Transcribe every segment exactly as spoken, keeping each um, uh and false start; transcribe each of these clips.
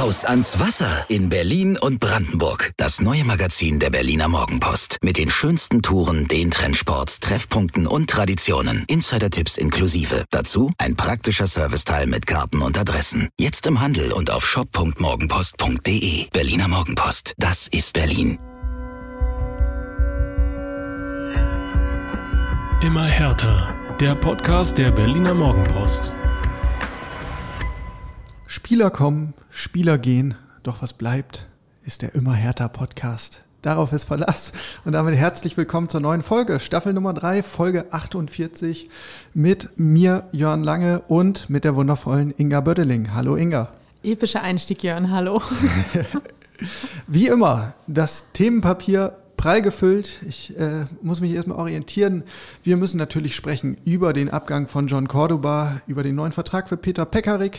Raus ans Wasser in Berlin und Brandenburg. Das neue Magazin der Berliner Morgenpost. Mit den schönsten Touren, den Trendsports, Treffpunkten und Traditionen. Insider-Tipps inklusive. Dazu ein praktischer Serviceteil mit Karten und Adressen. Jetzt im Handel und auf shop punkt morgenpost punkt de. Berliner Morgenpost. Das ist Berlin. Immer härter. Der Podcast der Berliner Morgenpost. Spieler kommen, Spieler gehen, doch was bleibt, ist der Immer härter Podcast. Darauf ist Verlass und damit herzlich willkommen zur neuen Folge, Staffel Nummer drei, Folge achtundvierzig mit mir, Jörn Lange und mit der wundervollen Inga Bödeling. Hallo Inga. Epischer Einstieg, Jörn, hallo. Wie immer, das Themenpapier prall gefüllt. Ich äh, muss mich erstmal orientieren. Wir müssen natürlich sprechen über den Abgang von John Cordoba, über den neuen Vertrag für Peter Pekarik,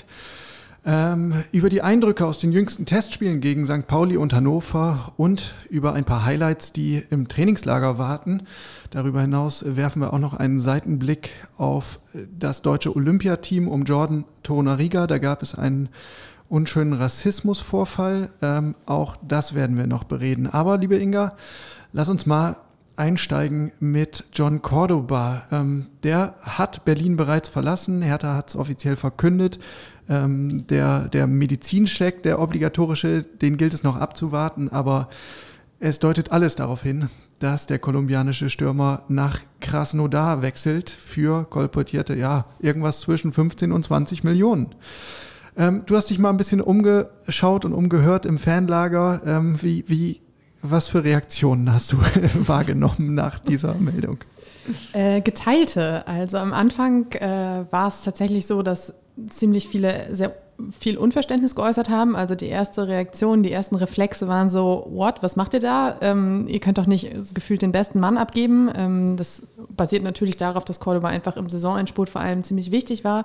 Ähm, über die Eindrücke aus den jüngsten Testspielen gegen Sankt Pauli und Hannover und über ein paar Highlights, die im Trainingslager warten. Darüber hinaus werfen wir auch noch einen Seitenblick auf das deutsche Olympiateam um Jordan Torunariga. Da gab es einen unschönen Rassismusvorfall. Ähm, auch das werden wir noch bereden. Aber, liebe Inga, lass uns mal einsteigen mit John Cordoba. Ähm, der hat Berlin bereits verlassen. Hertha hat es offiziell verkündet. Ähm, der, der Medizincheck, der obligatorische, den gilt es noch abzuwarten. Aber es deutet alles darauf hin, dass der kolumbianische Stürmer nach Krasnodar wechselt für kolportierte, ja, irgendwas zwischen fünfzehn und zwanzig Millionen. Ähm, du hast dich mal ein bisschen umgeschaut und umgehört im Fanlager. Ähm, wie, wie Was für Reaktionen hast du wahrgenommen nach dieser Meldung? Äh, geteilte. Also am Anfang äh, war es tatsächlich so, dass ziemlich viele sehr viel Unverständnis geäußert haben. Also die erste Reaktion, die ersten Reflexe waren so, what, was macht ihr da? Ähm, ihr könnt doch nicht gefühlt den besten Mann abgeben. Ähm, das basiert natürlich darauf, dass Cordoba einfach im Saisonendspurt vor allem ziemlich wichtig war.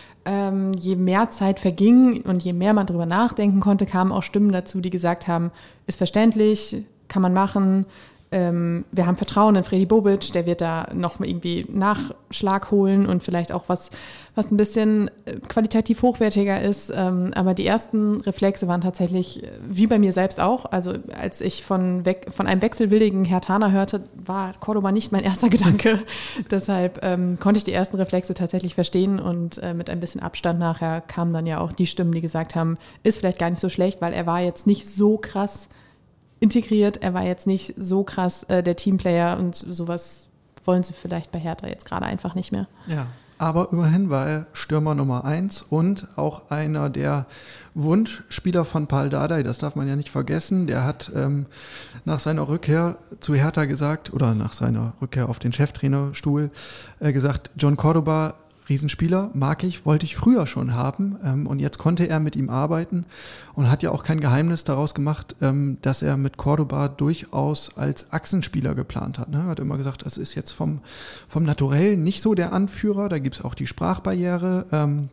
Ähm, je mehr Zeit verging und je mehr man drüber nachdenken konnte, kamen auch Stimmen dazu, die gesagt haben, ist verständlich, kann man machen. Ähm, wir haben Vertrauen in Fredi Bobic, der wird da noch irgendwie Nachschlag holen und vielleicht auch was, was ein bisschen qualitativ hochwertiger ist. Ähm, aber die ersten Reflexe waren tatsächlich, wie bei mir selbst auch, also als ich von, weg, von einem wechselwilligen Herthaner hörte, war Cordoba nicht mein erster Gedanke. Deshalb ähm, konnte ich die ersten Reflexe tatsächlich verstehen und äh, mit ein bisschen Abstand nachher kamen dann ja auch die Stimmen, die gesagt haben, ist vielleicht gar nicht so schlecht, weil er war jetzt nicht so krass integriert, er war jetzt nicht so krass äh, der Teamplayer und sowas wollen sie vielleicht bei Hertha jetzt gerade einfach nicht mehr. Ja, aber immerhin war er Stürmer Nummer eins und auch einer der Wunschspieler von Pal Dardai, das darf man ja nicht vergessen. Der hat ähm, nach seiner Rückkehr zu Hertha gesagt, oder nach seiner Rückkehr auf den Cheftrainerstuhl äh, gesagt, John Cordoba, Riesenspieler, mag ich, wollte ich früher schon haben ähm, und jetzt konnte er mit ihm arbeiten und hat ja auch kein Geheimnis daraus gemacht, ähm, dass er mit Cordoba durchaus als Achsenspieler geplant hat. Ne? Er hat immer gesagt, das ist jetzt vom, vom Naturell nicht so der Anführer, da gibt es auch die Sprachbarriere, ähm,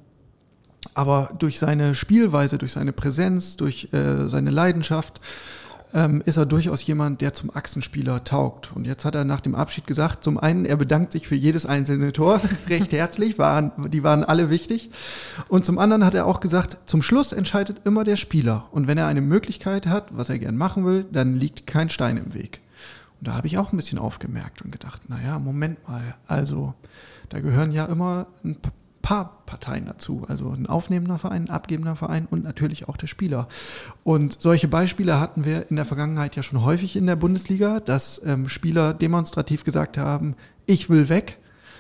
aber durch seine Spielweise, durch seine Präsenz, durch äh, seine Leidenschaft Ähm, ist er durchaus jemand, der zum Achsenspieler taugt. Und jetzt hat er nach dem Abschied gesagt, zum einen, er bedankt sich für jedes einzelne Tor, recht herzlich, waren, die waren alle wichtig. Und zum anderen hat er auch gesagt, zum Schluss entscheidet immer der Spieler. Und wenn er eine Möglichkeit hat, was er gern machen will, dann liegt kein Stein im Weg. Und da habe ich auch ein bisschen aufgemerkt und gedacht, naja, Moment mal, also da gehören ja immer ein paar Parteien dazu, also ein aufnehmender Verein, ein abgebender Verein und natürlich auch der Spieler. Und solche Beispiele hatten wir in der Vergangenheit ja schon häufig in der Bundesliga, dass ähm, Spieler demonstrativ gesagt haben, ich will weg,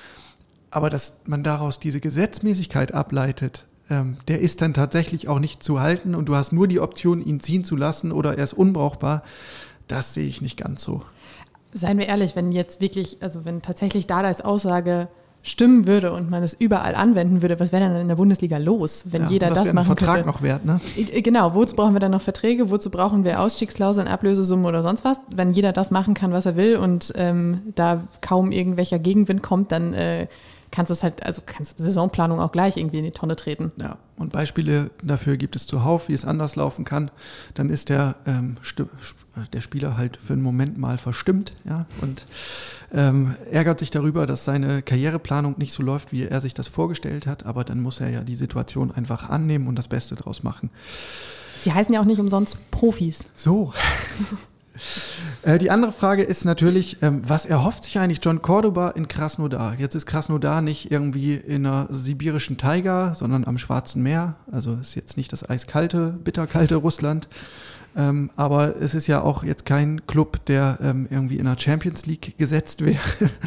aber dass man daraus diese Gesetzmäßigkeit ableitet, ähm, der ist dann tatsächlich auch nicht zu halten und du hast nur die Option, ihn ziehen zu lassen oder er ist unbrauchbar, das sehe ich nicht ganz so. Seien wir ehrlich, wenn jetzt wirklich, also wenn tatsächlich Dardais Aussage stimmen würde und man es überall anwenden würde, was wäre dann in der Bundesliga los, wenn ja, jeder das, das machen könnte? Vertrag noch wert, ne? Genau, wozu brauchen wir dann noch Verträge, wozu brauchen wir Ausstiegsklauseln, Ablösesummen oder sonst was? Wenn jeder das machen kann, was er will und ähm, da kaum irgendwelcher Gegenwind kommt, dann äh, kannst du es halt, also kannst Saisonplanung auch gleich irgendwie in die Tonne treten. Ja, und Beispiele dafür gibt es zuhauf, wie es anders laufen kann. Dann ist der, ähm, sti- der Spieler halt für einen Moment mal verstimmt, ja, und ähm, ärgert sich darüber, dass seine Karriereplanung nicht so läuft, wie er sich das vorgestellt hat, aber dann muss er ja die Situation einfach annehmen und das Beste draus machen. Sie heißen ja auch nicht umsonst Profis. So. Die andere Frage ist natürlich, was erhofft sich eigentlich John Cordoba in Krasnodar? Jetzt ist Krasnodar nicht irgendwie in einer sibirischen Taiga, sondern am Schwarzen Meer. Also ist jetzt nicht das eiskalte, bitterkalte Russland. Aber es ist ja auch jetzt kein Club, der irgendwie in der Champions League gesetzt wäre.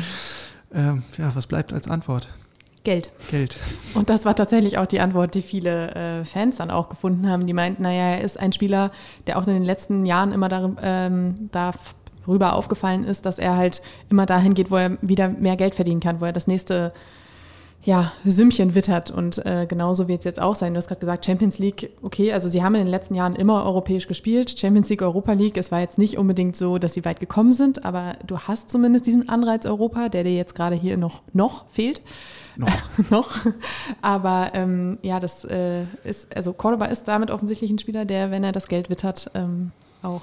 Ja, was bleibt als Antwort? Geld. Geld. Und das war tatsächlich auch die Antwort, die viele äh, Fans dann auch gefunden haben. Die meinten, naja, er ist ein Spieler, der auch in den letzten Jahren immer dar- ähm, darüber aufgefallen ist, dass er halt immer dahin geht, wo er wieder mehr Geld verdienen kann, wo er das nächste ja, Sümmchen wittert. Und äh, genauso wird es jetzt auch sein. Du hast gerade gesagt, Champions League, okay, also sie haben in den letzten Jahren immer europäisch gespielt. Champions League, Europa League, es war jetzt nicht unbedingt so, dass sie weit gekommen sind, aber du hast zumindest diesen Anreiz Europa, der dir jetzt gerade hier noch, noch fehlt. Noch. noch. Aber ähm, ja, das äh, ist, also Cordoba ist damit offensichtlich ein Spieler, der, wenn er das Geld wittert, ähm, auch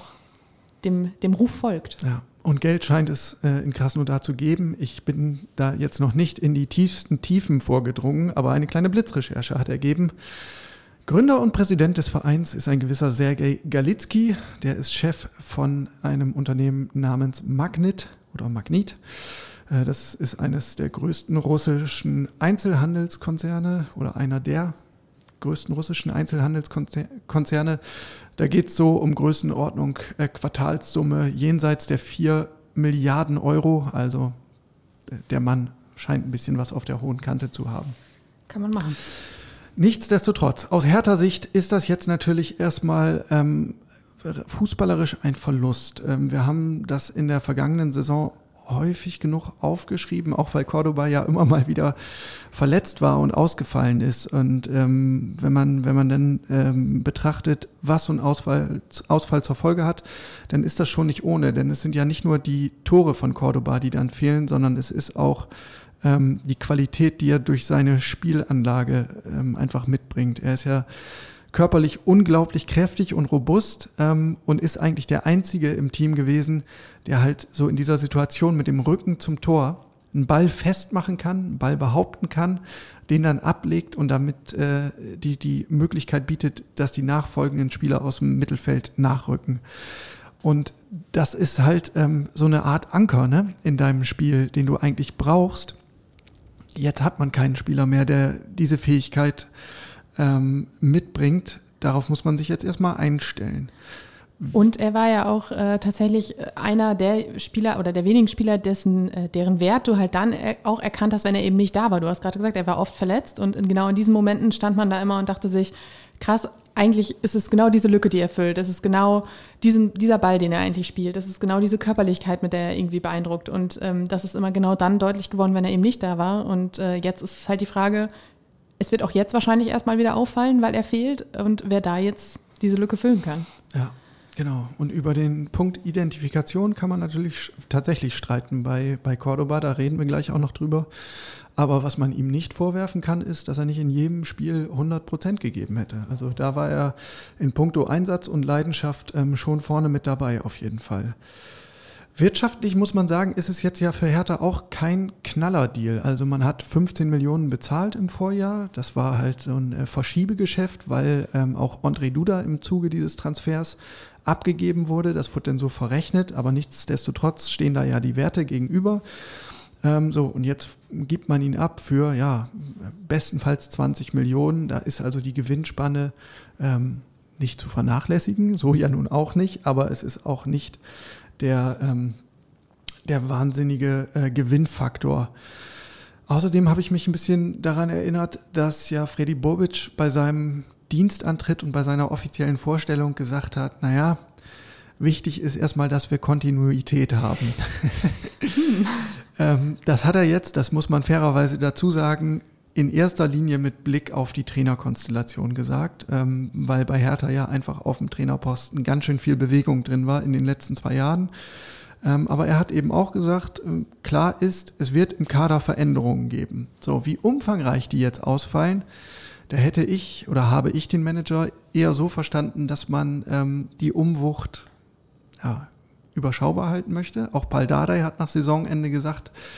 dem, dem Ruf folgt. Ja, und Geld scheint es äh, in Krasnodar zu geben. Ich bin da jetzt noch nicht in die tiefsten Tiefen vorgedrungen, aber eine kleine Blitzrecherche hat ergeben. Gründer und Präsident des Vereins ist ein gewisser Sergei Galitsky. Der ist Chef von einem Unternehmen namens Magnit oder Magnit. Das ist eines der größten russischen Einzelhandelskonzerne oder einer der größten russischen Einzelhandelskonzerne. Da geht es so um Größenordnung äh, Quartalssumme jenseits der vier Milliarden Euro. Also der Mann scheint ein bisschen was auf der hohen Kante zu haben. Kann man machen. Nichtsdestotrotz, aus Hertha Sicht ist das jetzt natürlich erstmal ähm, fußballerisch ein Verlust. Ähm, wir haben das in der vergangenen Saison häufig genug aufgeschrieben, auch weil Cordoba ja immer mal wieder verletzt war und ausgefallen ist. Und ähm, wenn man wenn man dann ähm, betrachtet, was so ein Ausfall, Ausfall zur Folge hat, dann ist das schon nicht ohne. Denn es sind ja nicht nur die Tore von Cordoba, die dann fehlen, sondern es ist auch ähm, die Qualität, die er durch seine Spielanlage ähm, einfach mitbringt. Er ist ja körperlich unglaublich kräftig und robust ähm, und ist eigentlich der Einzige im Team gewesen, der halt so in dieser Situation mit dem Rücken zum Tor einen Ball festmachen kann, einen Ball behaupten kann, den dann ablegt und damit äh, die, die Möglichkeit bietet, dass die nachfolgenden Spieler aus dem Mittelfeld nachrücken. Und das ist halt ähm, so eine Art Anker, ne, in deinem Spiel, den du eigentlich brauchst. Jetzt hat man keinen Spieler mehr, der diese Fähigkeit ähm, mitbringt. Darauf muss man sich jetzt erstmal einstellen. Und er war ja auch äh, tatsächlich einer der Spieler oder der wenigen Spieler, dessen, äh, deren Wert du halt dann äh, auch erkannt hast, wenn er eben nicht da war. Du hast gerade gesagt, er war oft verletzt und in, genau in diesen Momenten stand man da immer und dachte sich, krass, eigentlich ist es genau diese Lücke, die er füllt. Es ist genau diesen, dieser Ball, den er eigentlich spielt. Es ist genau diese Körperlichkeit, mit der er irgendwie beeindruckt. Und ähm, das ist immer genau dann deutlich geworden, wenn er eben nicht da war. Und äh, jetzt ist es halt die Frage, es wird auch jetzt wahrscheinlich erstmal wieder auffallen, weil er fehlt und wer da jetzt diese Lücke füllen kann. Ja, genau. Und über den Punkt Identifikation kann man natürlich tatsächlich streiten bei, bei Cordoba, da reden wir gleich auch noch drüber. Aber was man ihm nicht vorwerfen kann, ist, dass er nicht in jedem Spiel hundert Prozent gegeben hätte. Also da war er in puncto Einsatz und Leidenschaft ähm, schon vorne mit dabei, auf jeden Fall. Wirtschaftlich muss man sagen, ist es jetzt ja für Hertha auch kein Knallerdeal. Also man hat fünfzehn Millionen bezahlt im Vorjahr. Das war halt so ein äh, Verschiebegeschäft, weil ähm, auch Ondrej Duda im Zuge dieses Transfers abgegeben wurde. Das wurde dann so verrechnet, aber nichtsdestotrotz stehen da ja die Werte gegenüber. Ähm, so, und jetzt gibt man ihn ab für, ja, bestenfalls zwanzig Millionen. Da ist also die Gewinnspanne ähm, nicht zu vernachlässigen. So ja nun auch nicht, aber es ist auch nicht der, ähm, der wahnsinnige äh, Gewinnfaktor. Außerdem habe ich mich ein bisschen daran erinnert, dass ja Fredi Bobic bei seinem Dienstantritt und bei seiner offiziellen Vorstellung gesagt hat, naja, wichtig ist erstmal, dass wir Kontinuität haben. hm. ähm, das hat er jetzt, das muss man fairerweise dazu sagen, in erster Linie mit Blick auf die Trainerkonstellation gesagt, ähm, weil bei Hertha ja einfach auf dem Trainerposten ganz schön viel Bewegung drin war in den letzten zwei Jahren. Ähm, aber er hat eben auch gesagt, äh, klar ist, es wird im Kader Veränderungen geben. So, wie umfangreich die jetzt ausfallen, da hätte ich oder habe ich den Manager eher so verstanden, dass man ähm, die Umwucht ja, überschaubar halten möchte. Auch Paul Dardai hat nach Saisonende gesagt,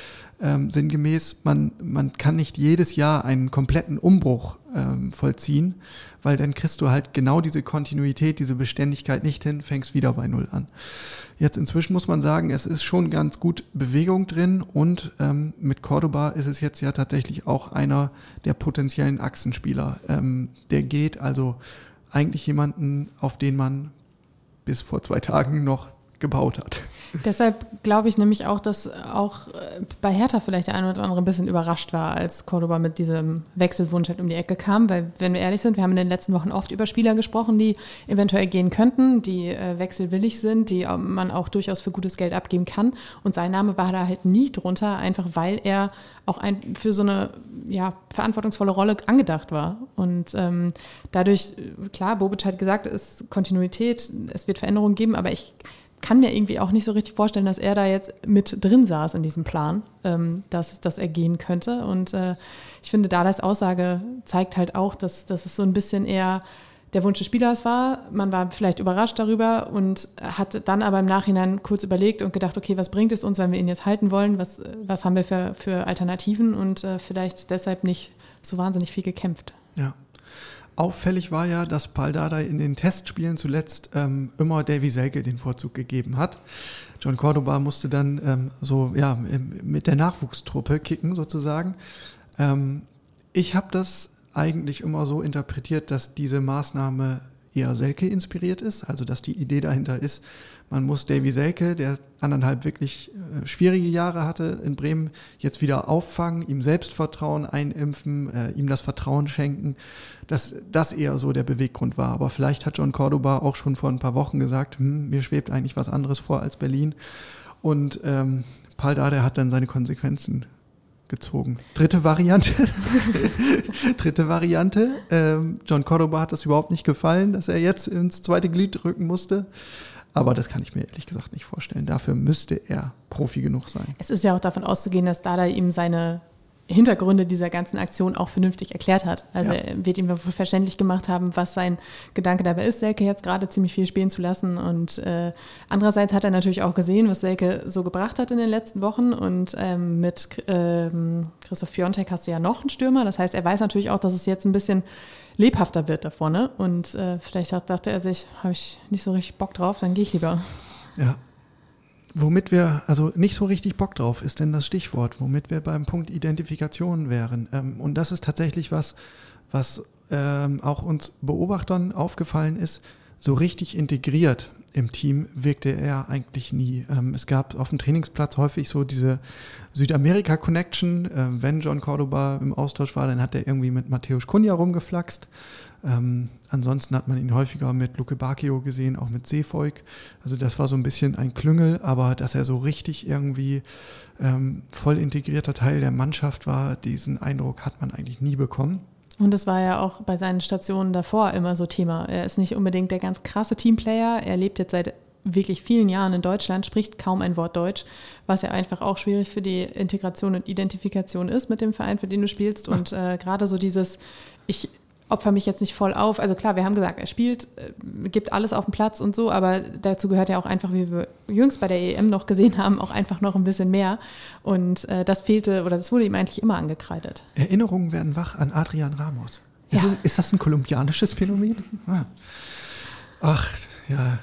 ähm, sinngemäß, man, man kann nicht jedes Jahr einen kompletten Umbruch ähm, vollziehen, weil dann kriegst du halt genau diese Kontinuität, diese Beständigkeit nicht hin, fängst wieder bei Null an. Jetzt inzwischen muss man sagen, es ist schon ganz gut Bewegung drin und ähm, mit Cordoba ist es jetzt ja tatsächlich auch einer der potenziellen Achsenspieler. Ähm, der geht also eigentlich jemanden, auf den man bis vor zwei Tagen noch gebaut hat. Deshalb glaube ich nämlich auch, dass auch bei Hertha vielleicht der eine oder andere ein bisschen überrascht war, als Cordoba mit diesem Wechselwunsch halt um die Ecke kam, weil, wenn wir ehrlich sind, wir haben in den letzten Wochen oft über Spieler gesprochen, die eventuell gehen könnten, die äh, wechselwillig sind, die man auch durchaus für gutes Geld abgeben kann, und sein Name war da halt nie drunter, einfach weil er auch ein, für so eine ja, verantwortungsvolle Rolle angedacht war. Und ähm, dadurch, klar, Bobic hat gesagt, es ist Kontinuität, es wird Veränderungen geben, aber ich kann mir irgendwie auch nicht so richtig vorstellen, dass er da jetzt mit drin saß in diesem Plan, ähm, dass, dass er gehen könnte. Und äh, ich finde, Dardais Aussage zeigt halt auch, dass, dass es so ein bisschen eher der Wunsch des Spielers war. Man war vielleicht überrascht darüber und hat dann aber im Nachhinein kurz überlegt und gedacht, okay, was bringt es uns, wenn wir ihn jetzt halten wollen? Was, was haben wir für, für Alternativen? Und äh, vielleicht deshalb nicht so wahnsinnig viel gekämpft. Ja. Auffällig war ja, dass Pal Dardai in den Testspielen zuletzt ähm, immer Davy Selke den Vorzug gegeben hat. John Cordoba musste dann ähm, so ja mit der Nachwuchstruppe kicken sozusagen. Ähm, ich habe das eigentlich immer so interpretiert, dass diese Maßnahme eher Selke inspiriert ist, also dass die Idee dahinter ist, man muss Davy Selke, der anderthalb wirklich äh, schwierige Jahre hatte in Bremen, jetzt wieder auffangen, ihm Selbstvertrauen einimpfen, äh, ihm das Vertrauen schenken, dass das eher so der Beweggrund war. Aber vielleicht hat John Cordoba auch schon vor ein paar Wochen gesagt, hm, mir schwebt eigentlich was anderes vor als Berlin. Und ähm, Pal Dardai hat dann seine Konsequenzen gezogen. Dritte Variante. Dritte Variante. Ähm, John Cordoba hat das überhaupt nicht gefallen, dass er jetzt ins zweite Glied rücken musste. Aber das kann ich mir ehrlich gesagt nicht vorstellen. Dafür müsste er Profi genug sein. Es ist ja auch davon auszugehen, dass Dardai ihm seine Hintergründe dieser ganzen Aktion auch vernünftig erklärt hat. Also ja. Er wird ihm wohl verständlich gemacht haben, was sein Gedanke dabei ist, Selke jetzt gerade ziemlich viel spielen zu lassen. Und äh, andererseits hat er natürlich auch gesehen, was Selke so gebracht hat in den letzten Wochen. Und ähm, mit ähm, Christoph Piontek hast du ja noch einen Stürmer. Das heißt, er weiß natürlich auch, dass es jetzt ein bisschen lebhafter wird da vorne. Und äh, vielleicht hat, dachte er sich, habe ich nicht so richtig Bock drauf, dann gehe ich lieber. Ja. Womit wir, also nicht so richtig Bock drauf ist denn das Stichwort, womit wir beim Punkt Identifikation wären. Ähm, und das ist tatsächlich was, was ähm, auch uns Beobachtern aufgefallen ist, so richtig integriert im Team wirkte er eigentlich nie. Ähm, es gab auf dem Trainingsplatz häufig so diese Südamerika-Connection. Ähm, wenn John Cordoba im Austausch war, dann hat er irgendwie mit Mateusz Cunha rumgeflaxt. Ähm, ansonsten hat man ihn häufiger mit Luke Bacchio gesehen, auch mit Seevolk. Also das war so ein bisschen ein Klüngel, aber dass er so richtig irgendwie ähm, voll integrierter Teil der Mannschaft war, diesen Eindruck hat man eigentlich nie bekommen. Und das war ja auch bei seinen Stationen davor immer so Thema. Er ist nicht unbedingt der ganz krasse Teamplayer. Er lebt jetzt seit wirklich vielen Jahren in Deutschland, spricht kaum ein Wort Deutsch, was ja einfach auch schwierig für die Integration und Identifikation ist mit dem Verein, für den du spielst. Und äh, gerade so dieses, ich opfer mich jetzt nicht voll auf. Also klar, wir haben gesagt, er spielt, äh, gibt alles auf dem Platz und so, aber dazu gehört ja auch einfach, wie wir jüngst bei der E M noch gesehen haben, auch einfach noch ein bisschen mehr. Und äh, das fehlte, oder das wurde ihm eigentlich immer angekreidet. Erinnerungen werden wach an Adrian Ramos. Ist, Ja. es, ist das ein kolumbianisches Phänomen? Ah. Ach, ja.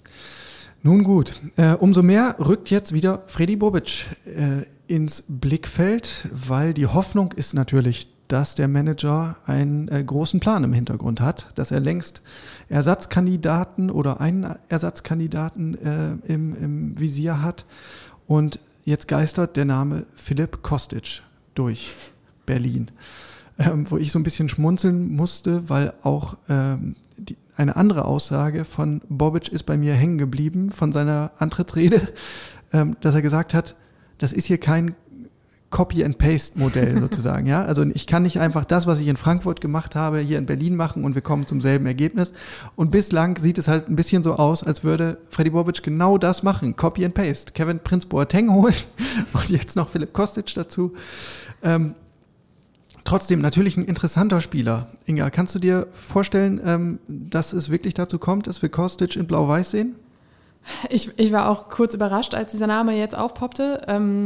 Nun gut, äh, umso mehr rückt jetzt wieder Fredi Bobic äh, ins Blickfeld, weil die Hoffnung ist natürlich, dass der Manager einen äh, großen Plan im Hintergrund hat, dass er längst Ersatzkandidaten oder einen Ersatzkandidaten äh, im, im Visier hat. Und jetzt geistert der Name Filip Kostic durch Berlin, ähm, wo ich so ein bisschen schmunzeln musste, weil auch ähm, die, eine andere Aussage von Bobic ist bei mir hängen geblieben, von seiner Antrittsrede, ähm, dass er gesagt hat, das ist hier kein Copy-and-Paste-Modell sozusagen, ja. Also ich kann nicht einfach das, was ich in Frankfurt gemacht habe, hier in Berlin machen und wir kommen zum selben Ergebnis. Und bislang sieht es halt ein bisschen so aus, als würde Fredi Bobic genau das machen, Copy-and-Paste. Kevin Prince Boateng holen und jetzt noch Filip Kostic dazu. Ähm, trotzdem natürlich ein interessanter Spieler. Inga, kannst du dir vorstellen, ähm, dass es wirklich dazu kommt, dass wir Kostic in Blau-Weiß sehen? Ich, ich war auch kurz überrascht, als dieser Name jetzt aufpoppte. Ähm,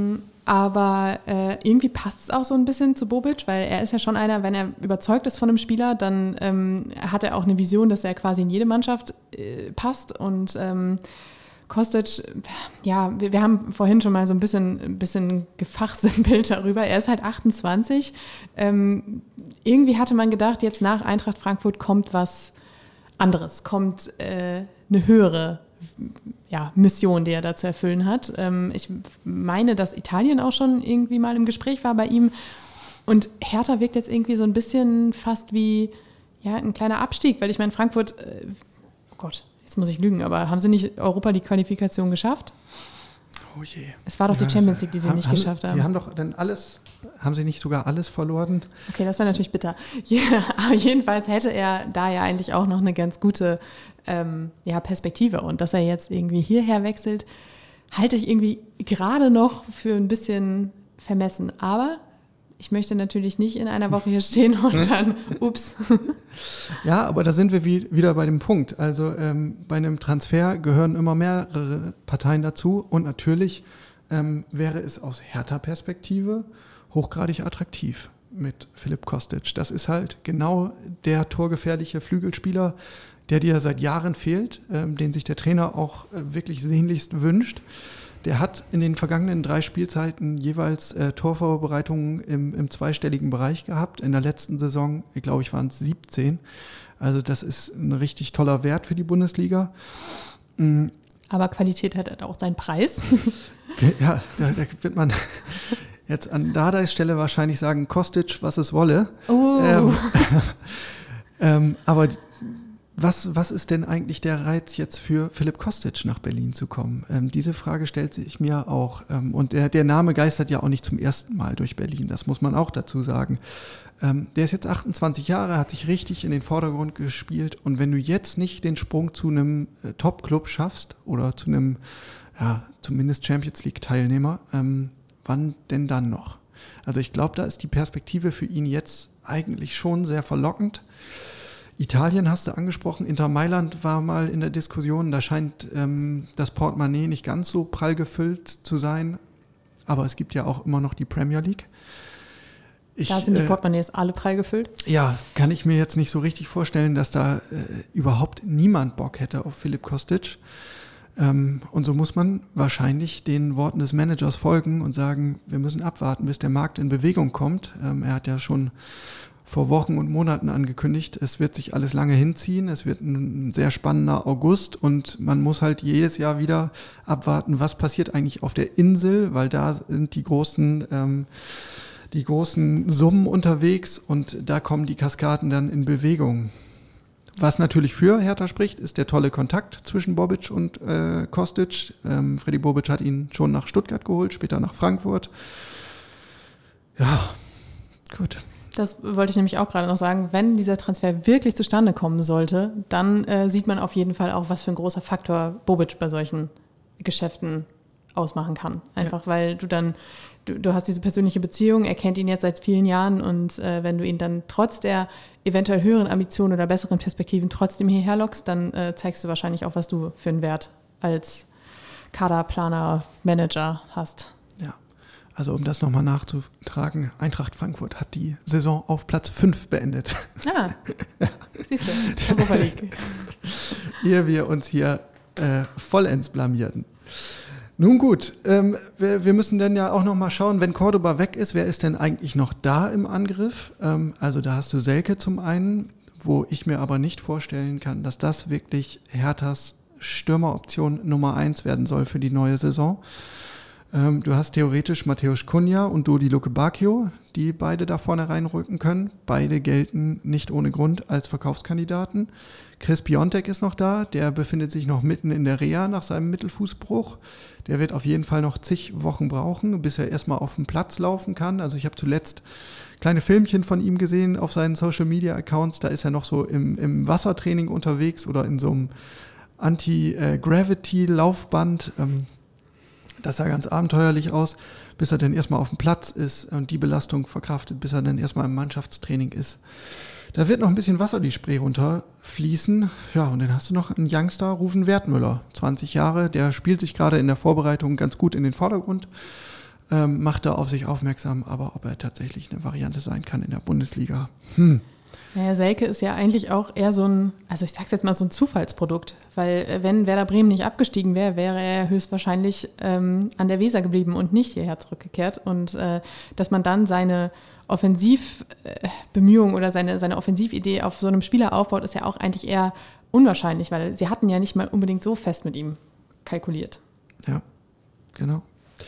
Aber äh, irgendwie passt es auch so ein bisschen zu Bobic, weil er ist ja schon einer, wenn er überzeugt ist von einem Spieler, dann ähm, hat er auch eine Vision, dass er quasi in jede Mannschaft äh, passt. Und ähm, Kostic, ja, wir, wir haben vorhin schon mal so ein bisschen, ein bisschen gefachsimpelt darüber. Er ist halt achtundzwanzig. Ähm, irgendwie hatte man gedacht, jetzt nach Eintracht Frankfurt kommt was anderes, kommt äh, eine höhere ja, Mission, die er da zu erfüllen hat. Ähm, ich meine, dass Italien auch schon irgendwie mal im Gespräch war bei ihm. Und Hertha wirkt jetzt irgendwie so ein bisschen fast wie ja, ein kleiner Abstieg, weil ich meine, Frankfurt, äh, oh Gott, jetzt muss ich lügen, aber haben sie nicht Europa die Qualifikation geschafft? Oh je. Es war doch die Champions League, die sie haben, nicht haben, geschafft haben. Sie haben doch dann alles, haben sie nicht sogar alles verloren? Okay, das wäre natürlich bitter. Ja, aber jedenfalls hätte er da ja eigentlich auch noch eine ganz gute ähm, ja, Perspektive. Und dass er jetzt irgendwie hierher wechselt, halte ich irgendwie gerade noch für ein bisschen vermessen. Aber ich möchte natürlich nicht in einer Woche hier stehen und dann, ups. Ja, aber da sind wir wie, wieder bei dem Punkt. Also ähm, bei einem Transfer gehören immer mehrere Parteien dazu. Und natürlich ähm, wäre es aus Hertha-Perspektive hochgradig attraktiv mit Filip Kostic. Das ist halt genau der torgefährliche Flügelspieler, der dir seit Jahren fehlt, ähm, den sich der Trainer auch äh, wirklich sehnlichst wünscht. Der hat in den vergangenen drei Spielzeiten jeweils äh, Torvorbereitungen im, im zweistelligen Bereich gehabt. In der letzten Saison, ich glaube ich, waren es siebzehn. Also das ist ein richtig toller Wert für die Bundesliga. Mhm. Aber Qualität hat halt auch seinen Preis. Ja, da, da wird man jetzt an Dardais Stelle wahrscheinlich sagen, Kostic, was es wolle. Oh. Ähm, ähm, aber Was, was ist denn eigentlich der Reiz jetzt für Filip Kostic nach Berlin zu kommen? Ähm, diese Frage stellt sich mir auch. Ähm, und der, der Name geistert ja auch nicht zum ersten Mal durch Berlin, das muss man auch dazu sagen. Ähm, der ist jetzt achtundzwanzig Jahre, hat sich richtig in den Vordergrund gespielt. Und wenn du jetzt nicht den Sprung zu einem äh, Top-Club schaffst oder zu einem, ja, zumindest Champions League-Teilnehmer, ähm, wann denn dann noch? Also ich glaube, da ist die Perspektive für ihn jetzt eigentlich schon sehr verlockend. Italien hast du angesprochen, Inter Mailand war mal in der Diskussion, da scheint ähm, das Portemonnaie nicht ganz so prall gefüllt zu sein, aber es gibt ja auch immer noch die Premier League. Ich, da sind die äh, Portemonnaies alle prall gefüllt? Ja, kann ich mir jetzt nicht so richtig vorstellen, dass da äh, überhaupt niemand Bock hätte auf Filip Kostic. Ähm, und so muss man wahrscheinlich den Worten des Managers folgen und sagen, wir müssen abwarten, bis der Markt in Bewegung kommt. Ähm, er hat ja schon vor Wochen und Monaten angekündigt, es wird sich alles lange hinziehen, es wird ein sehr spannender August und man muss halt jedes Jahr wieder abwarten, was passiert eigentlich auf der Insel, weil da sind die großen, ähm, die großen Summen unterwegs und da kommen die Kaskaden dann in Bewegung. Was natürlich für Hertha spricht, ist der tolle Kontakt zwischen Bobic und äh, Kostic. Ähm, Freddy Bobic hat ihn schon nach Stuttgart geholt, später nach Frankfurt. Ja, gut. Das wollte ich nämlich auch gerade noch sagen. Wenn dieser Transfer wirklich zustande kommen sollte, dann äh, sieht man auf jeden Fall auch, was für ein großer Faktor Bobic bei solchen Geschäften ausmachen kann. Einfach ja. weil du dann, du, du hast diese persönliche Beziehung, er kennt ihn jetzt seit vielen Jahren und äh, wenn du ihn dann trotz der eventuell höheren Ambitionen oder besseren Perspektiven trotzdem hierher lockst, dann äh, zeigst du wahrscheinlich auch, was du für einen Wert als Kaderplaner, Manager hast. Ja. Also um das nochmal nachzutragen, Eintracht Frankfurt hat die Saison auf Platz fünf beendet. Ah, ja. Siehst du, Europa League. Ehe wir uns hier äh, vollends blamierten. Nun gut, ähm, wir, wir müssen dann ja auch nochmal schauen, wenn Cordoba weg ist, wer ist denn eigentlich noch da im Angriff? Ähm, also da hast du Selke zum einen, wo ich mir aber nicht vorstellen kann, dass das wirklich Herthas Stürmeroption Nummer eins werden soll für die neue Saison. Ähm, du hast theoretisch Mateusz Cunha und Dodi Lukebakio, die beide da vorne reinrücken können. Beide gelten nicht ohne Grund als Verkaufskandidaten. Chris Piontek ist noch da, der befindet sich noch mitten in der Reha nach seinem Mittelfußbruch. Der wird auf jeden Fall noch zig Wochen brauchen, bis er erstmal auf dem Platz laufen kann. Also ich habe zuletzt kleine Filmchen von ihm gesehen auf seinen Social-Media-Accounts. Da ist er noch so im, im Wassertraining unterwegs oder in so einem Anti-Gravity-Laufband. Ähm, Das sah ganz abenteuerlich aus, bis er dann erstmal auf dem Platz ist und die Belastung verkraftet, bis er dann erstmal im Mannschaftstraining ist. Da wird noch ein bisschen Wasser die Spree runterfließen. Ja, und dann hast du noch einen Youngster, Rufen Wertmüller, zwanzig Jahre, der spielt sich gerade in der Vorbereitung ganz gut in den Vordergrund. ähm, macht er auf sich aufmerksam, aber ob er tatsächlich eine Variante sein kann in der Bundesliga, hm. Naja, Selke ist ja eigentlich auch eher so ein, also ich sag's jetzt mal so ein Zufallsprodukt, weil äh, wenn Werder Bremen nicht abgestiegen wäre, wäre er höchstwahrscheinlich ähm, an der Weser geblieben und nicht hierher zurückgekehrt. Und äh, dass man dann seine Offensivbemühungen oder seine, seine Offensividee auf so einem Spieler aufbaut, ist ja auch eigentlich eher unwahrscheinlich, weil sie hatten ja nicht mal unbedingt so fest mit ihm kalkuliert. Ja, genau.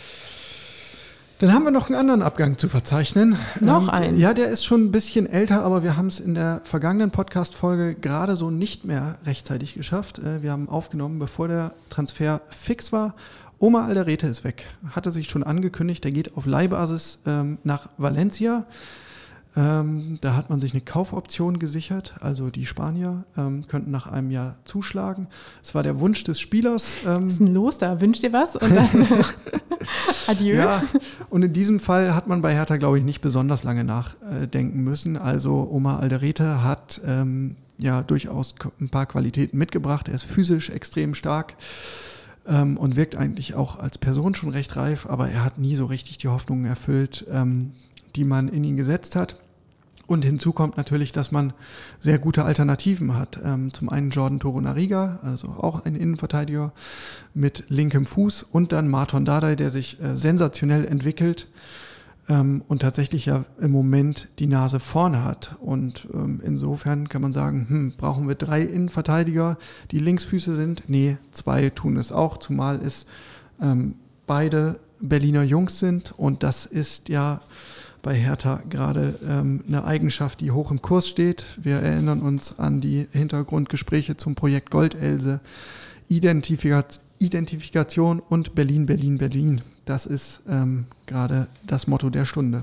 Dann haben wir noch einen anderen Abgang zu verzeichnen. Noch ähm, einen? Ja, der ist schon ein bisschen älter, aber wir haben es in der vergangenen Podcast-Folge gerade so nicht mehr rechtzeitig geschafft. Äh, wir haben aufgenommen, bevor der Transfer fix war. Omar Alderete ist weg. Hatte sich schon angekündigt, der geht auf Leihbasis ähm, nach Valencia. Ähm, da hat man sich eine Kaufoption gesichert, also die Spanier ähm, könnten nach einem Jahr zuschlagen. Es war der Wunsch des Spielers. Ähm, was ist denn los da? Wünscht ihr was? Und dann adieu. Ja, und in diesem Fall hat man bei Hertha, glaube ich, nicht besonders lange nachdenken müssen. Also Omar Alderete hat ähm, ja durchaus ein paar Qualitäten mitgebracht. Er ist physisch extrem stark ähm, und wirkt eigentlich auch als Person schon recht reif, aber er hat nie so richtig die Hoffnungen erfüllt, ähm, die man in ihn gesetzt hat. Und hinzu kommt natürlich, dass man sehr gute Alternativen hat. Ähm, zum einen Jordan Torunariga, also auch ein Innenverteidiger mit linkem Fuß, und dann Marton Dardai, der sich äh, sensationell entwickelt ähm, und tatsächlich ja im Moment die Nase vorne hat. Und ähm, insofern kann man sagen, hm, brauchen wir drei Innenverteidiger, die Linksfüße sind? Nee, zwei tun es auch, zumal es ähm, beide Berliner Jungs sind, und das ist ja bei Hertha gerade ähm, eine Eigenschaft, die hoch im Kurs steht. Wir erinnern uns an die Hintergrundgespräche zum Projekt Goldelse. Identifika- Identifikation und Berlin, Berlin, Berlin. Das ist ähm, gerade das Motto der Stunde.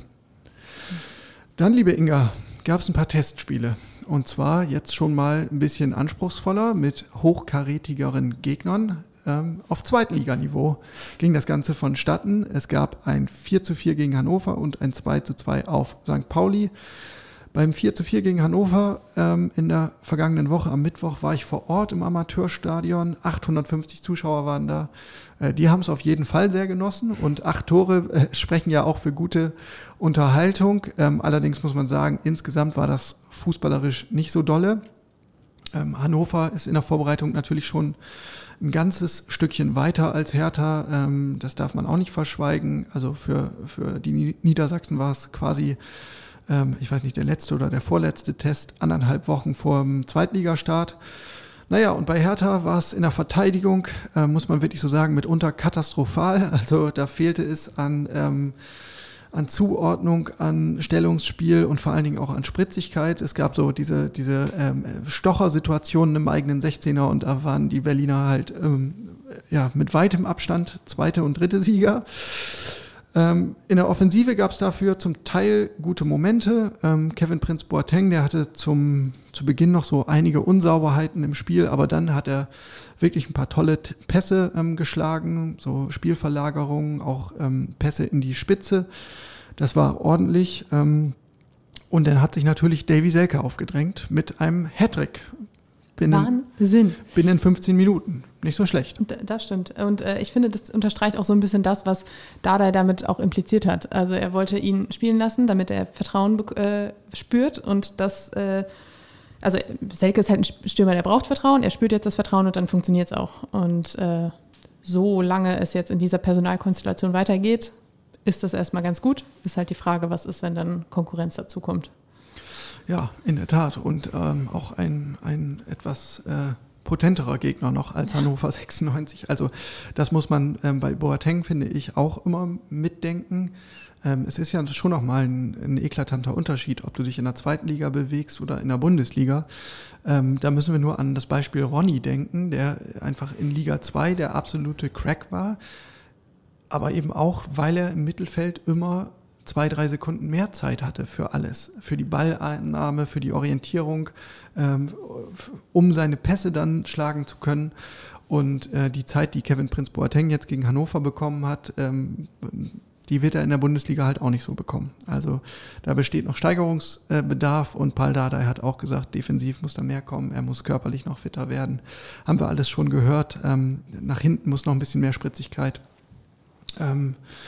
Dann, liebe Inga, gab es ein paar Testspiele. Und zwar jetzt schon mal ein bisschen anspruchsvoller mit hochkarätigeren Gegnern. Auf Zweitliganiveau ging das Ganze vonstatten. Es gab ein vier zu vier gegen Hannover und ein zwei zu zwei auf Sankt Pauli. Beim vier zu vier gegen Hannover ähm, in der vergangenen Woche am Mittwoch war ich vor Ort im Amateurstadion. achthundertfünfzig Zuschauer waren da. Äh, die haben es auf jeden Fall sehr genossen, und acht Tore äh, sprechen ja auch für gute Unterhaltung. Ähm, allerdings muss man sagen, insgesamt war das fußballerisch nicht so dolle. Ähm, Hannover ist in der Vorbereitung natürlich schon ein ganzes Stückchen weiter als Hertha, ähm, das darf man auch nicht verschweigen. Also für, für die Niedersachsen war es quasi, ähm, ich weiß nicht, der letzte oder der vorletzte Test, anderthalb Wochen vor dem Zweitligastart. Naja, und bei Hertha war es in der Verteidigung, äh, muss man wirklich so sagen, mitunter katastrophal. Also da fehlte es an ähm, an Zuordnung, an Stellungsspiel und vor allen Dingen auch an Spritzigkeit. Es gab so diese, diese ähm, Stochersituationen im eigenen sechzehner, und da waren die Berliner halt ähm, ja, mit weitem Abstand zweite und dritte Sieger. Ähm, in der Offensive gab es dafür zum Teil gute Momente. Ähm, Kevin Prince Boateng, der hatte zum, zu Beginn noch so einige Unsauberheiten im Spiel, aber dann hat er wirklich ein paar tolle T- Pässe ähm, geschlagen, so Spielverlagerungen, auch ähm, Pässe in die Spitze. Das war ordentlich. Ähm, und dann hat sich natürlich Davy Selke aufgedrängt mit einem Hattrick. Binnen, Wahnsinn. Binnen fünfzehn Minuten. Nicht so schlecht. Das stimmt. Und äh, ich finde, das unterstreicht auch so ein bisschen das, was Dardai damit auch impliziert hat. Also er wollte ihn spielen lassen, damit er Vertrauen äh, spürt. Und das, äh, also Selke ist halt ein Stürmer, der braucht Vertrauen. Er spürt jetzt das Vertrauen, und dann funktioniert es auch. Und äh, solange es jetzt in dieser Personalkonstellation weitergeht, ist das erstmal ganz gut. Ist halt die Frage, was ist, wenn dann Konkurrenz dazu kommt. Ja, in der Tat. Und ähm, auch ein, ein etwas äh, potenterer Gegner noch als Hannover sechsundneunzig. Also das muss man ähm, bei Boateng, finde ich, auch immer mitdenken. Ähm, es ist ja schon nochmal ein, ein eklatanter Unterschied, ob du dich in der zweiten Liga bewegst oder in der Bundesliga. Ähm, da müssen wir nur an das Beispiel Ronny denken, der einfach in Liga zwei der absolute Crack war. Aber eben auch, weil er im Mittelfeld immer zwei, drei Sekunden mehr Zeit hatte für alles, für die Balleinnahme, für die Orientierung, ähm, um seine Pässe dann schlagen zu können. Und äh, die Zeit, die Kevin Prince Boateng jetzt gegen Hannover bekommen hat, ähm, die wird er in der Bundesliga halt auch nicht so bekommen. Also da besteht noch Steigerungsbedarf, und Pal Dardai hat auch gesagt, defensiv muss da mehr kommen, er muss körperlich noch fitter werden. Haben wir alles schon gehört. Ähm, nach hinten muss noch ein bisschen mehr Spritzigkeit. Ähm,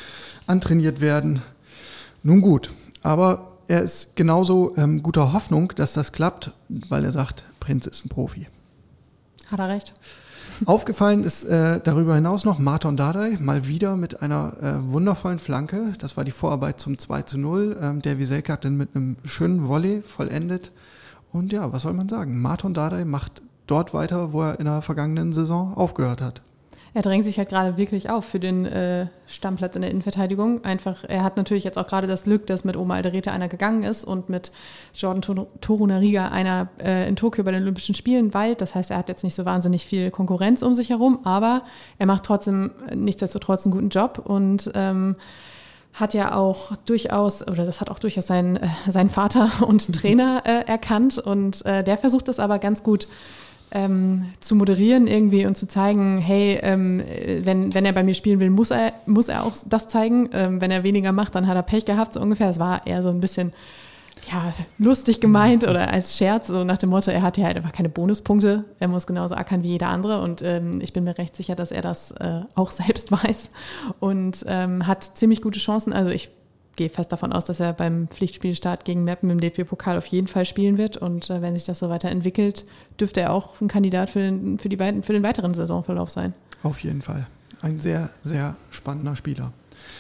antrainiert werden. Nun gut, aber er ist genauso ähm, guter Hoffnung, dass das klappt, weil er sagt, Prinz ist ein Profi. Hat er recht. Aufgefallen ist äh, darüber hinaus noch Marton Dardai, mal wieder mit einer äh, wundervollen Flanke. Das war die Vorarbeit zum zwei zu null. Ähm, der Wieselke hat dann mit einem schönen Volley vollendet. Und ja, was soll man sagen? Marton Dardai macht dort weiter, wo er in der vergangenen Saison aufgehört hat. Er drängt sich halt gerade wirklich auf für den äh, Stammplatz in der Innenverteidigung. Einfach, er hat natürlich jetzt auch gerade das Glück, dass mit Oma Alderete einer gegangen ist und mit Jordan Torunariga einer äh, in Tokio bei den Olympischen Spielen weilt. Das heißt, er hat jetzt nicht so wahnsinnig viel Konkurrenz um sich herum, aber er macht trotzdem nichtsdestotrotz einen guten Job und ähm, hat ja auch durchaus, oder das hat auch durchaus sein, äh, sein Vater und Trainer äh, erkannt und äh, der versucht es aber ganz gut Ähm, zu moderieren irgendwie und zu zeigen, hey, ähm, wenn, wenn er bei mir spielen will, muss er, muss er auch das zeigen. Ähm, wenn er weniger macht, dann hat er Pech gehabt, so ungefähr. Das war eher so ein bisschen ja, lustig gemeint oder als Scherz, so nach dem Motto, er hat ja halt einfach keine Bonuspunkte. Er muss genauso ackern wie jeder andere und ähm, ich bin mir recht sicher, dass er das äh, auch selbst weiß und ähm, hat ziemlich gute Chancen. Also ich gehe fest davon aus, dass er beim Pflichtspielstart gegen Meppen im D F B-Pokal auf jeden Fall spielen wird. Und äh, wenn sich das so weiterentwickelt, dürfte er auch ein Kandidat für den, für, die, für den weiteren Saisonverlauf sein. Auf jeden Fall. Ein sehr, sehr spannender Spieler.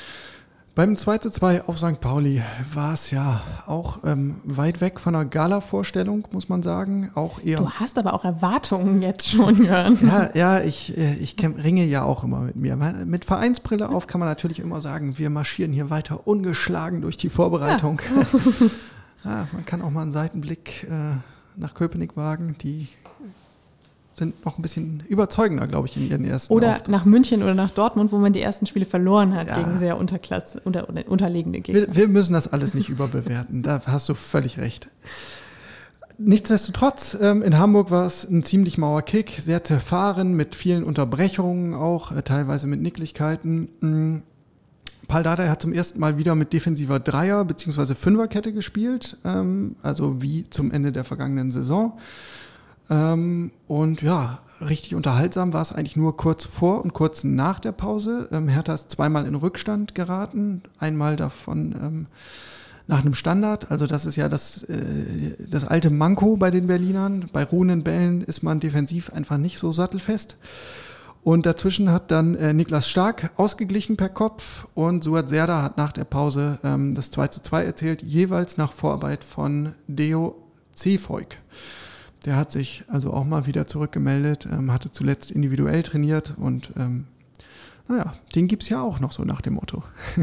Beim zwei zu zwei auf Sankt Pauli war es ja auch ähm, weit weg von einer Gala-Vorstellung, muss man sagen. Auch eher. Du hast aber auch Erwartungen jetzt schon, Jörn. Ja, ja ich, ich ringe ja auch immer mit mir. Mit Vereinsbrille auf kann man natürlich immer sagen, wir marschieren hier weiter ungeschlagen durch die Vorbereitung. Ja. Ja, man kann auch mal einen Seitenblick äh, nach Köpenick wagen, die sind noch ein bisschen überzeugender, glaube ich, in ihren ersten Oder Auftritt. Nach München oder nach Dortmund, wo man die ersten Spiele verloren hat ja. gegen sehr Unterklasse, unter, unterlegene Gegner. Wir, wir müssen das alles nicht überbewerten, da hast du völlig recht. Nichtsdestotrotz, ähm, in Hamburg war es ein ziemlich mauer Kick, sehr zerfahren, mit vielen Unterbrechungen auch, äh, teilweise mit Nicklichkeiten. Mhm. Pal Dardai hat zum ersten Mal wieder mit defensiver Dreier- bzw. Fünferkette gespielt, ähm, also wie zum Ende der vergangenen Saison. Ähm, und ja, richtig unterhaltsam war es eigentlich nur kurz vor und kurz nach der Pause. Ähm, Hertha ist zweimal in Rückstand geraten, einmal davon ähm, nach einem Standard. Also das ist ja das, äh, das alte Manko bei den Berlinern. Bei ruhenden Bällen ist man defensiv einfach nicht so sattelfest. Und dazwischen hat dann äh, Niklas Stark ausgeglichen per Kopf und Suat Serdar hat nach der Pause ähm, das zwei zu zwei erzielt, jeweils nach Vorarbeit von Deo Cefoik. Der hat sich also auch mal wieder zurückgemeldet, ähm, hatte zuletzt individuell trainiert und ähm, naja, den gibt's ja auch noch so nach dem Motto.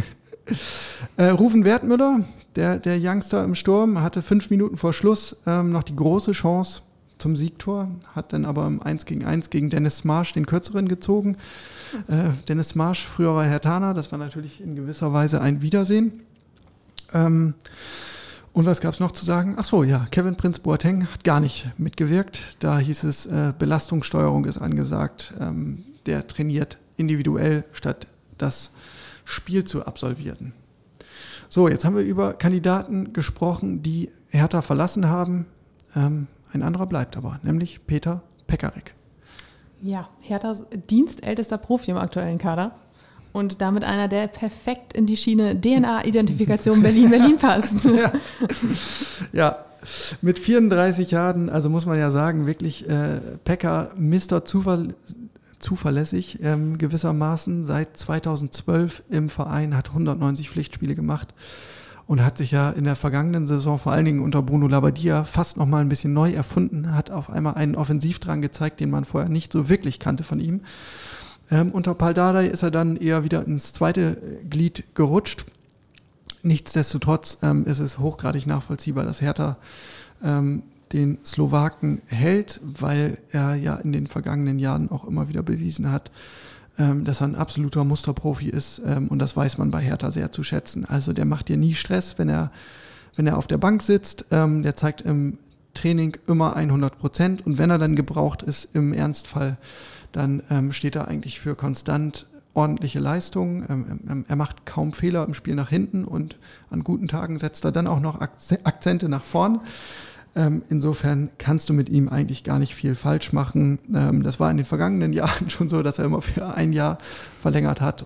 äh, Rufen Wertmüller, der, der Youngster im Sturm, hatte fünf Minuten vor Schluss ähm, noch die große Chance zum Siegtor, hat dann aber im eins gegen eins gegen Dennis Marsch den Kürzeren gezogen. Äh, Dennis Marsch, früherer Herthaner, das war natürlich in gewisser Weise ein Wiedersehen. Ähm, Und was gab es noch zu sagen? Ach so, ja, Kevin Prince Boateng hat gar nicht mitgewirkt. Da hieß es, äh, Belastungssteuerung ist angesagt. Ähm, der trainiert individuell, statt das Spiel zu absolvieren. So, jetzt haben wir über Kandidaten gesprochen, die Hertha verlassen haben. Ähm, ein anderer bleibt aber, nämlich Peter Pekarik. Ja, Herthas dienstältester Profi im aktuellen Kader. Und damit einer, der perfekt in die Schiene D N A-Identifikation Berlin-Berlin passt. Ja. Ja, mit vierunddreißig Jahren, also muss man ja sagen, wirklich äh, Pekka, Mister Zuver- zuverlässig ähm, gewissermaßen. Seit zweitausendzwölf im Verein, hat hundertneunzig Pflichtspiele gemacht und hat sich ja in der vergangenen Saison, vor allen Dingen unter Bruno Labbadia, fast noch mal ein bisschen neu erfunden, hat auf einmal einen Offensivdrang gezeigt, den man vorher nicht so wirklich kannte von ihm. Ähm, unter Pal Dardai ist er dann eher wieder ins zweite Glied gerutscht. Nichtsdestotrotz ähm, ist es hochgradig nachvollziehbar, dass Hertha ähm, den Slowaken hält, weil er ja in den vergangenen Jahren auch immer wieder bewiesen hat, ähm, dass er ein absoluter Musterprofi ist ähm, und das weiß man bei Hertha sehr zu schätzen. Also der macht dir nie Stress, wenn er, wenn er auf der Bank sitzt. Ähm, der zeigt im Training immer hundert Prozent und wenn er dann gebraucht ist im Ernstfall, dann ähm, steht er eigentlich für konstant ordentliche Leistungen. Ähm, er macht kaum Fehler im Spiel nach hinten und an guten Tagen setzt er dann auch noch Akzente nach vorn. Ähm, insofern kannst du mit ihm eigentlich gar nicht viel falsch machen. Ähm, das war in den vergangenen Jahren schon so, dass er immer für ein Jahr verlängert hat.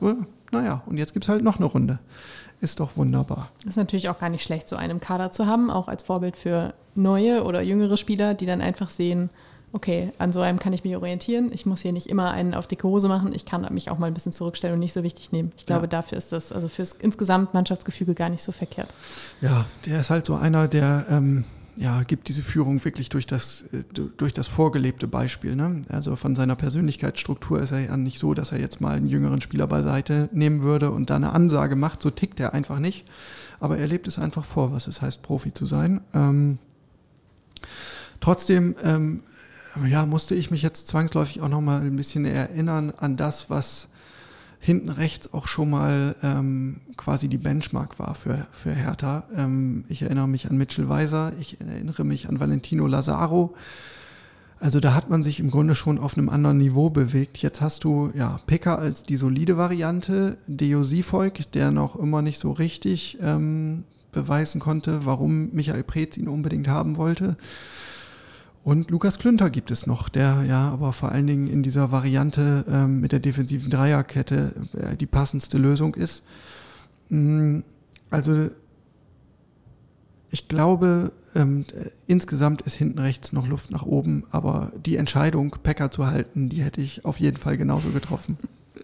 naja, und jetzt gibt es halt noch eine Runde. Ist doch wunderbar. Das ist natürlich auch gar nicht schlecht, so einen im Kader zu haben, auch als Vorbild für neue oder jüngere Spieler, die dann einfach sehen, okay, an so einem kann ich mich orientieren. Ich muss hier nicht immer einen auf dicke Hose machen. Ich kann mich auch mal ein bisschen zurückstellen und nicht so wichtig nehmen. Ich glaube, ja. dafür ist das, also fürs insgesamt Mannschaftsgefüge gar nicht so verkehrt. Ja, der ist halt so einer, der ähm, ja, gibt diese Führung wirklich durch das, durch das vorgelebte Beispiel. Ne? Also von seiner Persönlichkeitsstruktur ist er ja nicht so, dass er jetzt mal einen jüngeren Spieler beiseite nehmen würde und da eine Ansage macht. So tickt er einfach nicht. Aber er lebt es einfach vor, was es heißt, Profi zu sein. Ähm, trotzdem ähm, ja, musste ich mich jetzt zwangsläufig auch nochmal ein bisschen erinnern an das, was hinten rechts auch schon mal ähm, quasi die Benchmark war für, für Hertha. Ähm, ich erinnere mich an Mitchell Weiser, ich erinnere mich an Valentino Lazaro. Also da hat man sich im Grunde schon auf einem anderen Niveau bewegt. Jetzt hast du ja Pekka als die solide Variante, Deo Sifolk, der noch immer nicht so richtig ähm, beweisen konnte, warum Michael Preetz ihn unbedingt haben wollte. Und Lukas Klünter gibt es noch, der ja aber vor allen Dingen in dieser Variante ähm, mit der defensiven Dreierkette äh, die passendste Lösung ist. Mm, also ich glaube, ähm, insgesamt ist hinten rechts noch Luft nach oben, aber die Entscheidung, Pekka zu halten, die hätte ich auf jeden Fall genauso getroffen.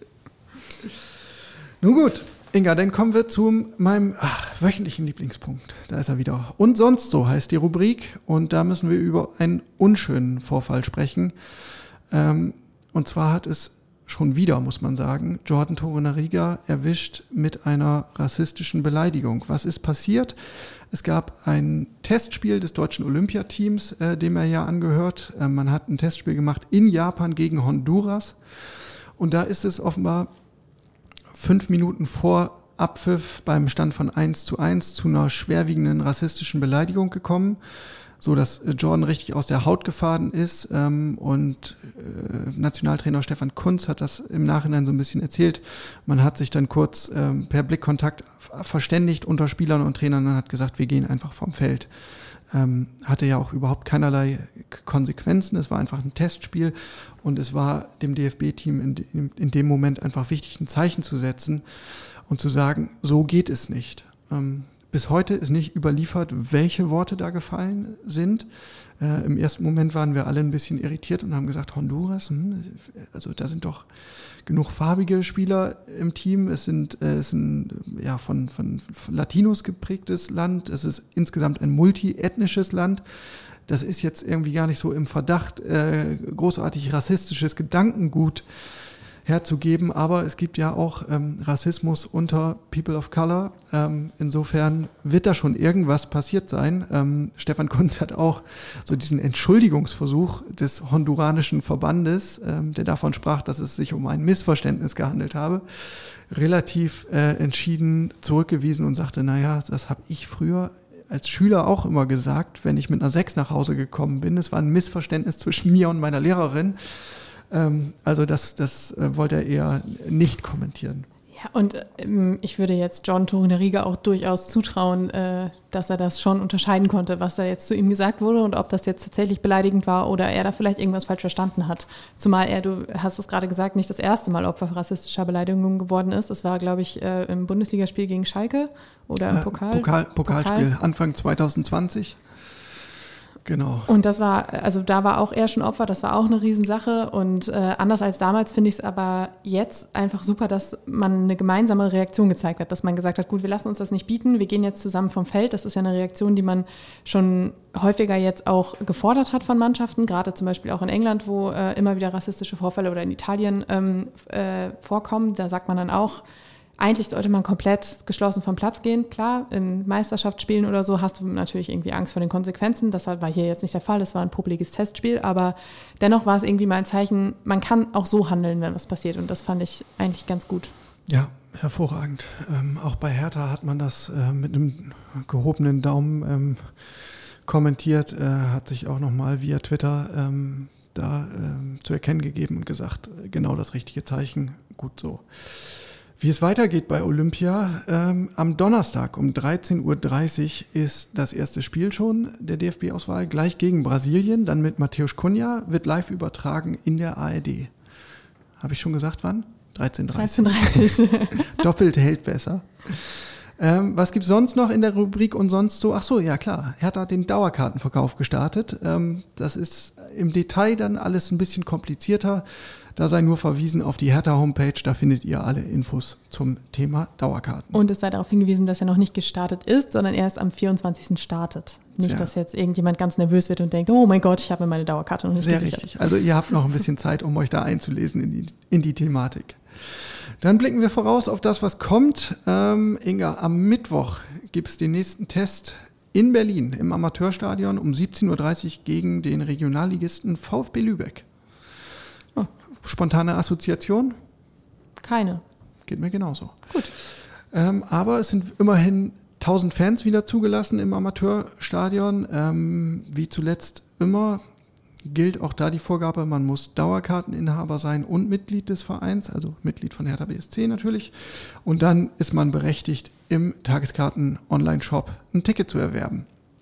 Nun gut. Inga, dann kommen wir zu meinem ach, wöchentlichen Lieblingspunkt. Da ist er wieder. Und sonst so heißt die Rubrik. Und da müssen wir über einen unschönen Vorfall sprechen. Ähm, und zwar hat es schon wieder, muss man sagen, Jordan Torunariga erwischt mit einer rassistischen Beleidigung. Was ist passiert? Es gab ein Testspiel des deutschen Olympiateams, äh, dem er ja angehört. Äh, man hat ein Testspiel gemacht in Japan gegen Honduras. Und da ist es offenbar fünf Minuten vor Abpfiff beim Stand von eins zu eins zu einer schwerwiegenden rassistischen Beleidigung gekommen, so dass Jordan richtig aus der Haut gefahren ist. Ähm, und äh, Nationaltrainer Stefan Kuntz hat das im Nachhinein so ein bisschen erzählt. Man hat sich dann kurz ähm, per Blickkontakt verständigt unter Spielern und Trainern und hat gesagt, wir gehen einfach vom Feld. Ähm, hatte ja auch überhaupt keinerlei Konsequenzen. Es war einfach ein Testspiel und es war dem D F B-Team in, in, in dem Moment einfach wichtig, ein Zeichen zu setzen und zu sagen, so geht es nicht. Ähm, bis heute ist nicht überliefert, welche Worte da gefallen sind. Äh, im ersten Moment waren wir alle ein bisschen irritiert und haben gesagt, Honduras, hm, also da sind doch genug farbige Spieler im Team. Es sind äh, es ist ein ja, von, von Latinos geprägtes Land. Es ist insgesamt ein multiethnisches Land. Das ist jetzt irgendwie gar nicht so im Verdacht, äh, großartig rassistisches Gedankengut herzugeben, aber es gibt ja auch ähm, Rassismus unter People of Color. Ähm, insofern wird da schon irgendwas passiert sein. Ähm, Stefan Kuntz hat auch so diesen Entschuldigungsversuch des honduranischen Verbandes, ähm, der davon sprach, dass es sich um ein Missverständnis gehandelt habe, relativ äh, entschieden zurückgewiesen und sagte, naja, das habe ich früher als Schüler auch immer gesagt, wenn ich mit einer sechs nach Hause gekommen bin. Es war ein Missverständnis zwischen mir und meiner Lehrerin. Also das, das wollte er eher nicht kommentieren. Ja, und ähm, ich würde jetzt Jordan Torunariga auch durchaus zutrauen, äh, dass er das schon unterscheiden konnte, was da jetzt zu ihm gesagt wurde und ob das jetzt tatsächlich beleidigend war oder er da vielleicht irgendwas falsch verstanden hat. Zumal er, du hast es gerade gesagt, nicht das erste Mal Opfer rassistischer Beleidigungen geworden ist. Das war, glaube ich, äh, im Bundesligaspiel gegen Schalke oder im Pokal. Äh, Pokal Pokalspiel, Pokal. Anfang zwanzig zwanzig. Genau. Und das war, also da war auch er schon Opfer, das war auch eine Riesensache und äh, anders als damals finde ich es aber jetzt einfach super, dass man eine gemeinsame Reaktion gezeigt hat, dass man gesagt hat, gut, wir lassen uns das nicht bieten, wir gehen jetzt zusammen vom Feld. Das ist ja eine Reaktion, die man schon häufiger jetzt auch gefordert hat von Mannschaften, gerade zum Beispiel auch in England, wo äh, immer wieder rassistische Vorfälle oder in Italien ähm, äh, vorkommen. Da sagt man dann auch, eigentlich sollte man komplett geschlossen vom Platz gehen. Klar, in Meisterschaftsspielen oder so hast du natürlich irgendwie Angst vor den Konsequenzen. Das war hier jetzt nicht der Fall, das war ein popeliges Testspiel. Aber dennoch war es irgendwie mal ein Zeichen, man kann auch so handeln, wenn was passiert. Und das fand ich eigentlich ganz gut. Ja, hervorragend. Ähm, auch bei Hertha hat man das äh, mit einem gehobenen Daumen ähm, kommentiert. Äh, hat sich auch nochmal via Twitter ähm, da äh, zu erkennen gegeben und gesagt, genau das richtige Zeichen, gut so. Wie es weitergeht bei Olympia, ähm, am Donnerstag um dreizehn Uhr dreißig ist das erste Spiel schon der D F B-Auswahl, gleich gegen Brasilien, dann mit Mateusz Cunha, wird live übertragen in der A R D. Habe ich schon gesagt, wann? dreizehn Uhr dreißig. dreizehn Uhr dreißig. Doppelt hält besser. Ähm, was gibt es sonst noch in der Rubrik und sonst so? Ach so, ja klar, Hertha hat den Dauerkartenverkauf gestartet. Ähm, das ist im Detail dann alles ein bisschen komplizierter. Da sei nur verwiesen auf die Hertha-Homepage, da findet ihr alle Infos zum Thema Dauerkarten. Und es sei darauf hingewiesen, dass er noch nicht gestartet ist, sondern erst am vierundzwanzigsten startet. Nicht, Sehr. dass jetzt irgendjemand ganz nervös wird und denkt, oh mein Gott, ich habe mir meine Dauerkarte noch nicht Sehr gesichert. richtig. Also ihr habt noch ein bisschen Zeit, um euch da einzulesen in die, in die Thematik. Dann blicken wir voraus auf das, was kommt. Ähm, Inga, am Mittwoch gibt es den nächsten Test in Berlin im Amateurstadion um siebzehn Uhr dreißig gegen den Regionalligisten VfB Lübeck. Oh, spontane Assoziation? Keine. Geht mir genauso. Gut. Ähm, aber es sind immerhin tausend Fans wieder zugelassen im Amateurstadion. Ähm, wie zuletzt immer gilt auch da die Vorgabe, man muss Dauerkarteninhaber sein und Mitglied des Vereins, also Mitglied von Hertha B S C natürlich. Und dann ist man berechtigt, im Tageskarten-Online-Shop ein Ticket zu erwerben.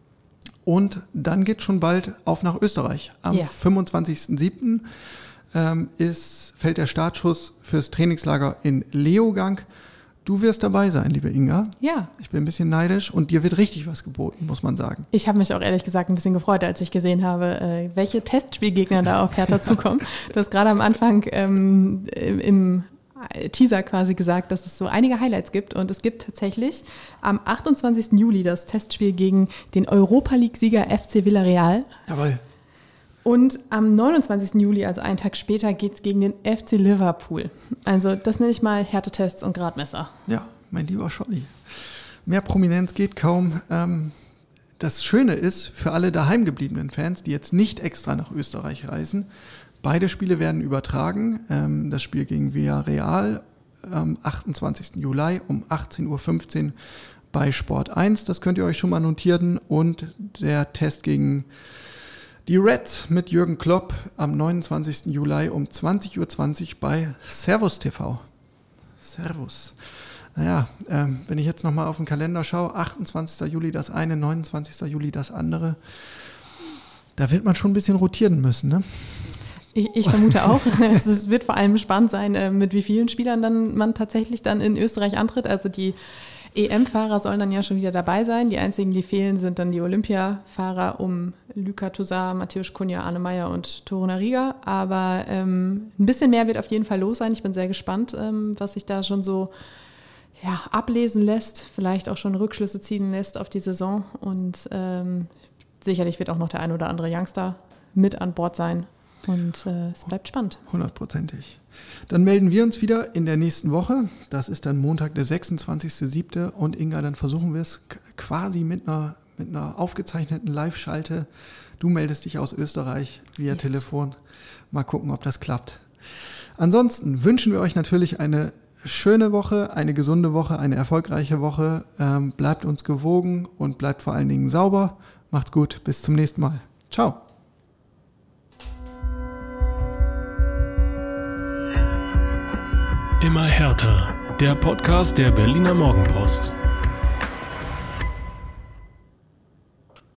Und dann geht schon bald auf nach Österreich. Am Ja. fünfundzwanzigsten siebten ähm, ist, fällt der Startschuss fürs Trainingslager in Leogang. Du wirst dabei sein, liebe Inga. Ja. Ich bin ein bisschen neidisch und dir wird richtig was geboten, muss man sagen. Ich habe mich auch ehrlich gesagt ein bisschen gefreut, als ich gesehen habe, äh, welche Testspielgegner da auf Hertha zukommen. Du hast gerade am Anfang ähm, im Teaser quasi gesagt, dass es so einige Highlights gibt. Und es gibt tatsächlich am achtundzwanzigsten Juli das Testspiel gegen den Europa-League-Sieger F C Villarreal. Jawohl. Und am neunundzwanzigsten Juli, also einen Tag später, geht es gegen den F C Liverpool. Also das nenne ich mal Härtetests und Gradmesser. Ja, mein lieber Scholli. Mehr Prominenz geht kaum. Ähm, das Schöne ist, für alle daheim gebliebenen Fans, die jetzt nicht extra nach Österreich reisen, beide Spiele werden übertragen. Ähm, das Spiel gegen Villarreal am achtundzwanzigsten Juli um achtzehn Uhr fünfzehn bei Sport eins. Das könnt ihr euch schon mal notieren. Und der Test gegen die Reds mit Jürgen Klopp am neunundzwanzigsten Juli um zwanzig Uhr zwanzig bei Servus T V. Servus. Naja, ähm, wenn ich jetzt nochmal auf den Kalender schaue, achtundzwanzigsten Juli das eine, neunundzwanzigsten Juli das andere, da wird man schon ein bisschen rotieren müssen, ne? Ich, ich vermute auch. Es wird vor allem spannend sein, mit wie vielen Spielern dann man tatsächlich dann in Österreich antritt. Also die E M-Fahrer sollen dann ja schon wieder dabei sein. Die einzigen, die fehlen, sind dann die Olympia-Fahrer um Luka Toussaint, Mateusz Kunja, Arne Meyer und Torunariga. Aber ähm, ein bisschen mehr wird auf jeden Fall los sein. Ich bin sehr gespannt, ähm, was sich da schon so ja, ablesen lässt, vielleicht auch schon Rückschlüsse ziehen lässt auf die Saison. Und ähm, sicherlich wird auch noch der ein oder andere Youngster mit an Bord sein. Und äh, es bleibt spannend. Hundertprozentig. Dann melden wir uns wieder in der nächsten Woche. Das ist dann Montag, der sechsundzwanzigsten siebten Und Inga, dann versuchen wir es quasi mit einer, mit einer aufgezeichneten Live-Schalte. Du meldest dich aus Österreich via yes. Telefon. Mal gucken, ob das klappt. Ansonsten wünschen wir euch natürlich eine schöne Woche, eine gesunde Woche, eine erfolgreiche Woche. Ähm, bleibt uns gewogen und bleibt vor allen Dingen sauber. Macht's gut, bis zum nächsten Mal. Ciao. Immer härter. Der Podcast der Berliner Morgenpost.